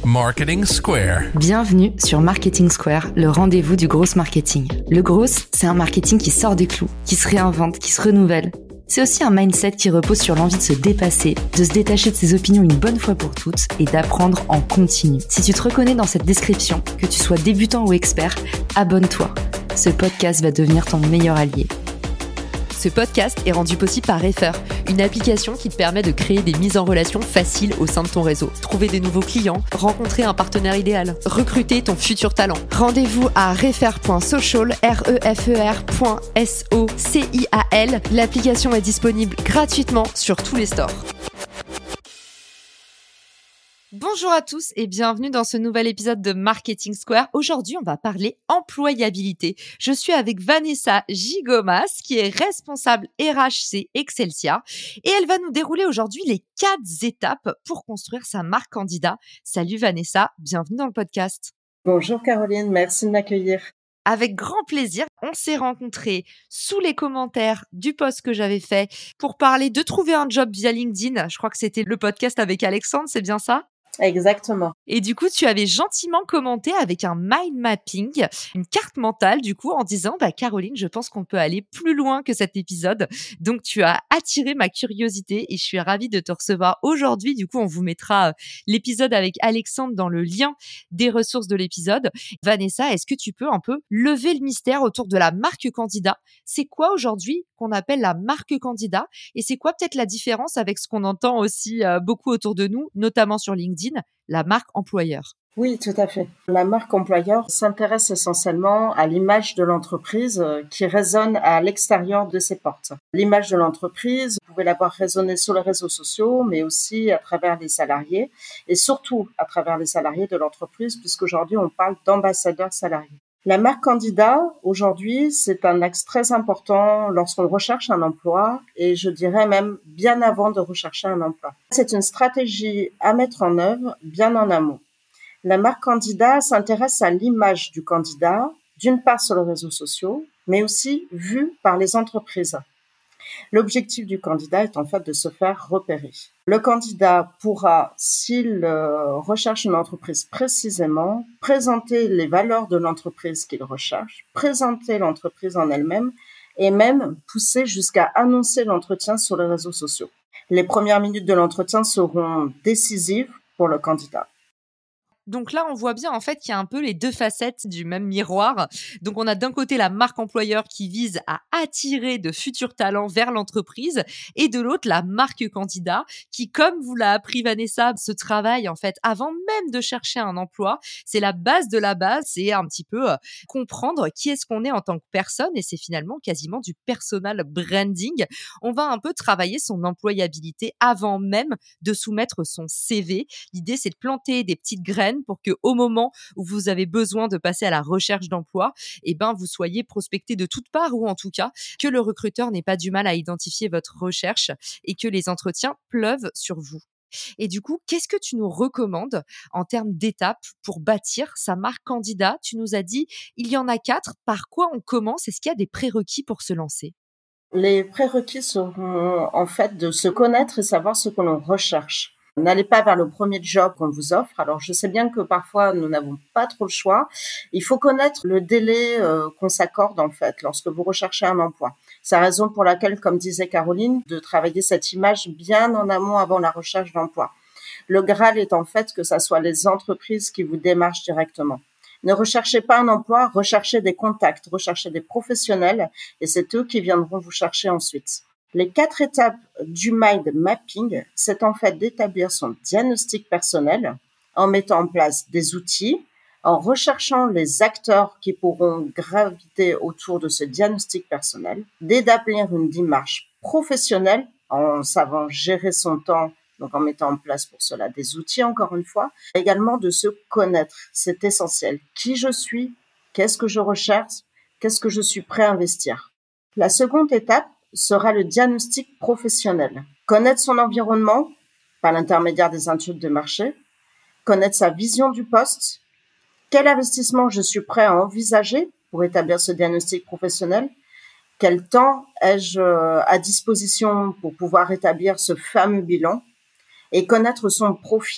Marketing Square. Bienvenue sur Marketing Square, le rendez-vous du gros marketing. Le gros, c'est un marketing qui sort des clous, qui se réinvente, qui se renouvelle. C'est aussi un mindset qui repose sur l'envie de se dépasser, de se détacher de ses opinions une bonne fois pour toutes et d'apprendre en continu. Si tu te reconnais dans cette description, que tu sois débutant ou expert, abonne-toi. Ce podcast va devenir ton meilleur allié. Ce podcast est rendu possible par Refer, une application qui te permet de créer des mises en relation faciles au sein de ton réseau. Trouver des nouveaux clients, rencontrer un partenaire idéal, recruter ton futur talent. Rendez-vous à refer.social, refer.social. L'application est disponible gratuitement sur tous les stores. Bonjour à tous et bienvenue dans ce nouvel épisode de Marketing Square. Aujourd'hui, on va parler employabilité. Je suis avec Vanessa Gigomas, qui est responsable RH chez Excelsia, et elle va nous dérouler aujourd'hui les 4 étapes pour construire sa marque candidat. Salut Vanessa, bienvenue dans le podcast. Bonjour Caroline, merci de m'accueillir. Avec grand plaisir, on s'est rencontrés sous les commentaires du post que j'avais fait pour parler de trouver un job via LinkedIn. Je crois que c'était le podcast avec Alexandre, c'est bien ça ? Exactement. Et du coup, tu avais gentiment commenté avec un mind mapping, une carte mentale, du coup, en disant, Caroline, je pense qu'on peut aller plus loin que cet épisode. Donc, tu as attiré ma curiosité et je suis ravie de te recevoir aujourd'hui. Du coup, on vous mettra l'épisode avec Alexandre dans le lien des ressources de l'épisode. Vanessa, est-ce que tu peux un peu lever le mystère autour de la marque candidat ? C'est quoi aujourd'hui qu'on appelle la marque candidat ? Et c'est quoi peut-être la différence avec ce qu'on entend aussi beaucoup autour de nous, notamment sur LinkedIn, la marque employeur? Oui, tout à fait. La marque employeur s'intéresse essentiellement à l'image de l'entreprise qui résonne à l'extérieur de ses portes. L'image de l'entreprise, vous pouvez la voir résonner sur les réseaux sociaux, mais aussi à travers les salariés, et surtout à travers les salariés de l'entreprise, puisqu'aujourd'hui on parle d'ambassadeurs salariés. La marque candidat, aujourd'hui, c'est un axe très important lorsqu'on recherche un emploi et je dirais même bien avant de rechercher un emploi. C'est une stratégie à mettre en œuvre bien en amont. La marque candidat s'intéresse à l'image du candidat, d'une part sur les réseaux sociaux, mais aussi vue par les entreprises. L'objectif du candidat est en fait de se faire repérer. Le candidat pourra, s'il recherche une entreprise précisément, présenter les valeurs de l'entreprise qu'il recherche, présenter l'entreprise en elle-même et même pousser jusqu'à annoncer l'entretien sur les réseaux sociaux. Les premières minutes de l'entretien seront décisives pour le candidat. Donc là, on voit bien en fait qu'il y a un peu les deux facettes du même miroir. Donc on a d'un côté la marque employeur qui vise à attirer de futurs talents vers l'entreprise et de l'autre la marque candidat qui, comme vous l'a appris Vanessa, se travaille en fait avant même de chercher un emploi. C'est la base de la base, c'est un petit peu comprendre qui est-ce qu'on est en tant que personne et c'est finalement quasiment du personal branding. On va un peu travailler son employabilité avant même de soumettre son CV. L'idée, c'est de planter des petites graines pour que au moment où vous avez besoin de passer à la recherche d'emploi, vous soyez prospecté de toutes parts ou en tout cas que le recruteur n'ait pas du mal à identifier votre recherche et que les entretiens pleuvent sur vous. Et du coup, qu'est-ce que tu nous recommandes en termes d'étapes pour bâtir sa marque candidat ? Tu nous as dit, il y en a 4. Par quoi on commence ? Est-ce qu'il y a des prérequis pour se lancer ? Les prérequis seront en fait de se connaître et savoir ce que l'on recherche. N'allez pas vers le premier job qu'on vous offre. Alors, je sais bien que parfois, nous n'avons pas trop le choix. Il faut connaître le délai qu'on s'accorde, en fait, lorsque vous recherchez un emploi. C'est la raison pour laquelle, comme disait Caroline, de travailler cette image bien en amont avant la recherche d'emploi. Le Graal est en fait que ça soit les entreprises qui vous démarchent directement. Ne recherchez pas un emploi, recherchez des contacts, recherchez des professionnels et c'est eux qui viendront vous chercher ensuite. Les 4 étapes du mind mapping, c'est en fait d'établir son diagnostic personnel en mettant en place des outils, en recherchant les acteurs qui pourront graviter autour de ce diagnostic personnel, d'établir une démarche professionnelle en savant gérer son temps, donc en mettant en place pour cela des outils encore une fois, également de se connaître, c'est essentiel. Qui je suis, qu'est-ce que je recherche, qu'est-ce que je suis prêt à investir. La seconde étape sera le diagnostic professionnel. Connaître son environnement par l'intermédiaire des études de marché, connaître sa vision du poste, quel investissement je suis prêt à envisager pour établir ce diagnostic professionnel, quel temps ai-je à disposition pour pouvoir établir ce fameux bilan et connaître son profil.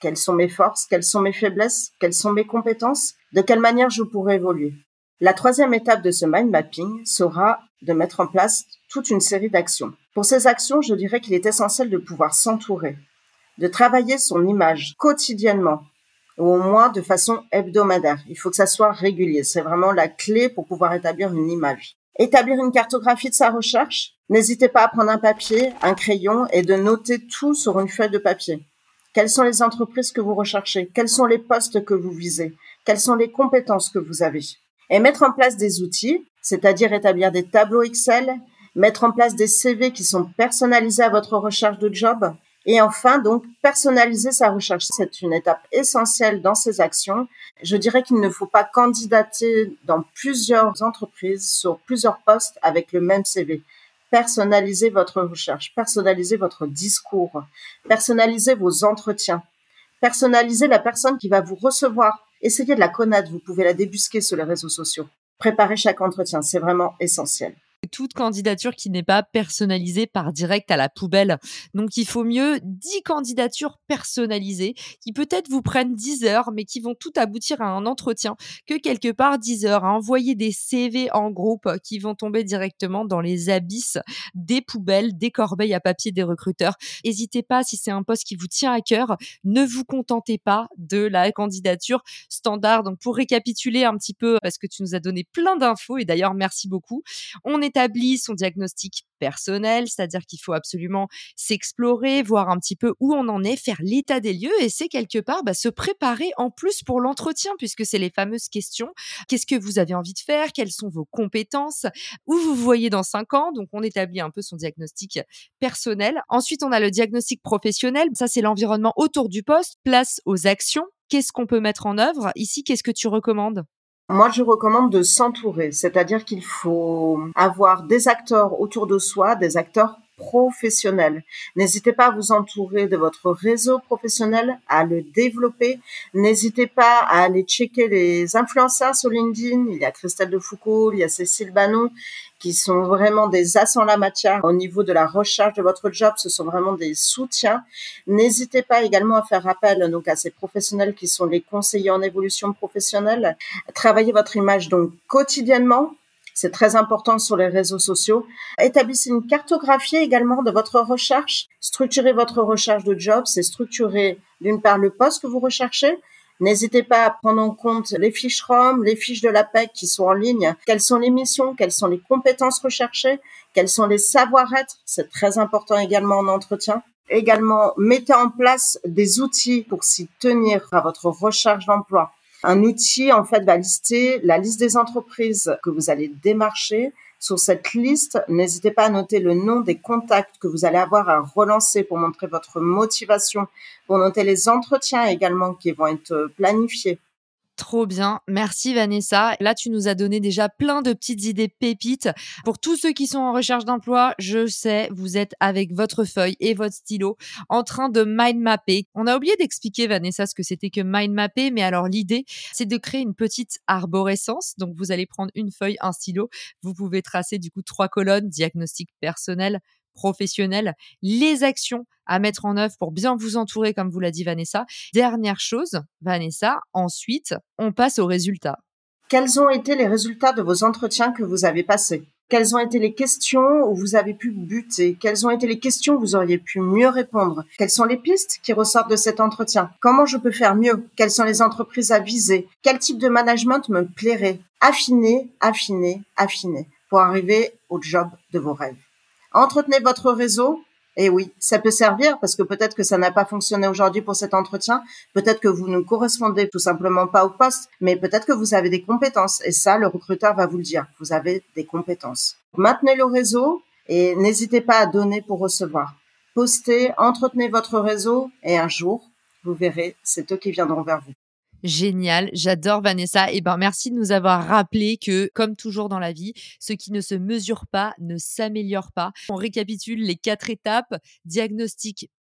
Quelles sont mes forces? Quelles sont mes faiblesses? Quelles sont mes compétences? De quelle manière je pourrais évoluer? La troisième étape de ce mind mapping sera de mettre en place toute une série d'actions. Pour ces actions, je dirais qu'il est essentiel de pouvoir s'entourer, de travailler son image quotidiennement, ou au moins de façon hebdomadaire. Il faut que ça soit régulier. C'est vraiment la clé pour pouvoir établir une image. Établir une cartographie de sa recherche. N'hésitez pas à prendre un papier, un crayon et de noter tout sur une feuille de papier. Quelles sont les entreprises que vous recherchez? Quels sont les postes que vous visez? Quelles sont les compétences que vous avez? Et mettre en place des outils, c'est-à-dire établir des tableaux Excel, mettre en place des CV qui sont personnalisés à votre recherche de job. Et enfin, donc, personnaliser sa recherche. C'est une étape essentielle dans ces actions. Je dirais qu'il ne faut pas candidater dans plusieurs entreprises sur plusieurs postes avec le même CV. Personnalisez votre recherche, personnalisez votre discours, personnalisez vos entretiens, personnalisez la personne qui va vous recevoir. Essayez de la connaître, vous pouvez la débusquer sur les réseaux sociaux. Préparez chaque entretien, c'est vraiment essentiel. Toute candidature qui n'est pas personnalisée part direct à la poubelle. Donc, il faut mieux 10 candidatures personnalisées qui peut-être vous prennent 10 heures, mais qui vont tout aboutir à un entretien que quelque part 10 heures à envoyer des CV en groupe qui vont tomber directement dans les abysses des poubelles, des corbeilles à papier des recruteurs. N'hésitez pas, si c'est un poste qui vous tient à cœur, ne vous contentez pas de la candidature standard. Donc, pour récapituler un petit peu, parce que tu nous as donné plein d'infos, et d'ailleurs, merci beaucoup. On établit son diagnostic personnel, c'est-à-dire qu'il faut absolument s'explorer, voir un petit peu où on en est, faire l'état des lieux et c'est quelque part se préparer en plus pour l'entretien puisque c'est les fameuses questions. Qu'est-ce que vous avez envie de faire? Quelles sont vos compétences? Où vous vous voyez dans 5 ans? Donc, on établit un peu son diagnostic personnel. Ensuite, on a le diagnostic professionnel. Ça, c'est l'environnement autour du poste. Place aux actions. Qu'est-ce qu'on peut mettre en œuvre? Ici, qu'est-ce que tu recommandes? Moi, je recommande de s'entourer, c'est-à-dire qu'il faut avoir des acteurs autour de soi, des acteurs professionnels. N'hésitez pas à vous entourer de votre réseau professionnel, à le développer. N'hésitez pas à aller checker les influenceurs sur LinkedIn. Il y a Christelle Defoucault, il y a Cécile Banon, qui sont vraiment des as en la matière au niveau de la recherche de votre job. Ce sont vraiment des soutiens. N'hésitez pas également à faire appel donc à ces professionnels qui sont les conseillers en évolution professionnelle. Travaillez votre image donc quotidiennement. C'est très important sur les réseaux sociaux. Établissez une cartographie également de votre recherche. Structurez votre recherche de job. C'est structurer d'une part le poste que vous recherchez. N'hésitez pas à prendre en compte les fiches ROM, les fiches de l'APEC qui sont en ligne. Quelles sont les missions? Quelles sont les compétences recherchées? Quels sont les savoir-être? C'est très important également en entretien. Également, mettez en place des outils pour s'y tenir à votre recherche d'emploi. Un outil, en fait, va lister la liste des entreprises que vous allez démarcher. Sur cette liste, n'hésitez pas à noter le nom des contacts que vous allez avoir à relancer pour montrer votre motivation, pour noter les entretiens également qui vont être planifiés. Trop bien. Merci Vanessa. Là, tu nous as donné déjà plein de petites idées pépites. Pour tous ceux qui sont en recherche d'emploi, je sais, vous êtes avec votre feuille et votre stylo en train de mind mapper. On a oublié d'expliquer, Vanessa, ce que c'était que mind mapper, mais alors l'idée, c'est de créer une petite arborescence. Donc, vous allez prendre une feuille, un stylo. Vous pouvez tracer du coup 3 colonnes, diagnostic personnel, professionnel, les actions à mettre en œuvre pour bien vous entourer, comme vous l'a dit Vanessa. Dernière chose, Vanessa, ensuite, on passe aux résultats. Quels ont été les résultats de vos entretiens que vous avez passés? Quelles ont été les questions où vous avez pu buter? Quelles ont été les questions où vous auriez pu mieux répondre? Quelles sont les pistes qui ressortent de cet entretien? Comment je peux faire mieux? Quelles sont les entreprises à viser? Quel type de management me plairait? Affinez, affinez, affinez pour arriver au job de vos rêves. Entretenez votre réseau. Et oui, ça peut servir parce que peut-être que ça n'a pas fonctionné aujourd'hui pour cet entretien. Peut-être que vous ne correspondez tout simplement pas au poste, mais peut-être que vous avez des compétences. Et ça, le recruteur va vous le dire. Vous avez des compétences. Maintenez le réseau et n'hésitez pas à donner pour recevoir. Postez, entretenez votre réseau et un jour, vous verrez, c'est eux qui viendront vers vous. Génial, j'adore Vanessa. Et merci de nous avoir rappelé que, comme toujours dans la vie, ce qui ne se mesure pas ne s'améliore pas. On récapitule les 4 étapes: diagnostic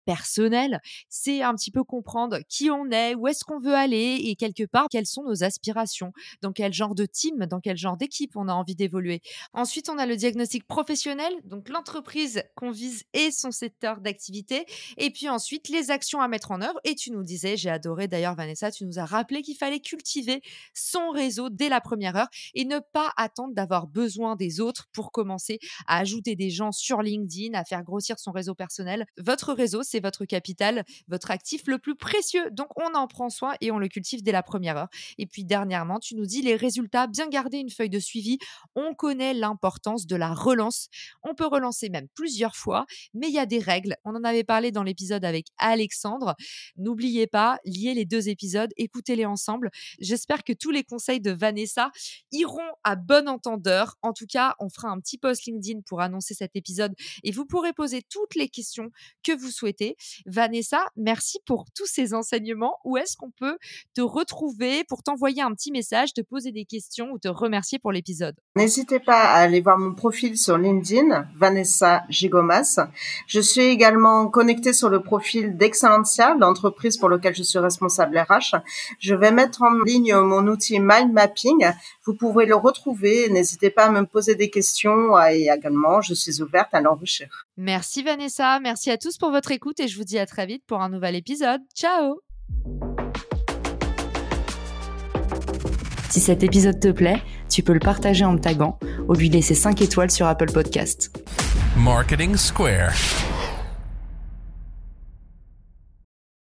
personnel. C'est un petit peu comprendre qui on est, où est-ce qu'on veut aller et quelque part, quelles sont nos aspirations, dans quel genre de team, dans quel genre d'équipe on a envie d'évoluer. Ensuite, on a le diagnostic professionnel, donc l'entreprise qu'on vise et son secteur d'activité. Et puis ensuite, les actions à mettre en œuvre. Et tu nous disais, j'ai adoré d'ailleurs Vanessa, tu nous as rappelé qu'il fallait cultiver son réseau dès la première heure et ne pas attendre d'avoir besoin des autres pour commencer à ajouter des gens sur LinkedIn, à faire grossir son réseau personnel. Votre réseau, c'est votre capital, votre actif le plus précieux. Donc, on en prend soin et on le cultive dès la première heure. Et puis, dernièrement, tu nous dis les résultats, bien garder une feuille de suivi. On connaît l'importance de la relance. On peut relancer même plusieurs fois, mais il y a des règles. On en avait parlé dans l'épisode avec Alexandre. N'oubliez pas, liez les 2 épisodes, écoutez-les ensemble. J'espère que tous les conseils de Vanessa iront à bon entendeur. En tout cas, on fera un petit post LinkedIn pour annoncer cet épisode et vous pourrez poser toutes les questions que vous souhaitez. Vanessa, merci pour tous ces enseignements. Où est-ce qu'on peut te retrouver pour t'envoyer un petit message, te poser des questions ou te remercier pour l'épisode? N'hésitez pas à aller voir mon profil sur LinkedIn, Vanessa Gigomas. Je suis également connectée sur le profil d'Excellencia, l'entreprise pour laquelle je suis responsable RH. Je vais mettre en ligne mon outil Mind Mapping. Vous pouvez le retrouver. N'hésitez pas à me poser des questions et également, je suis ouverte à l'enrichir. Merci Vanessa, merci à tous pour votre écoute et je vous dis à très vite pour un nouvel épisode. Ciao! Si cet épisode te plaît, tu peux le partager en me taguant ou lui laisser 5 étoiles sur Apple Podcast. Marketing Square.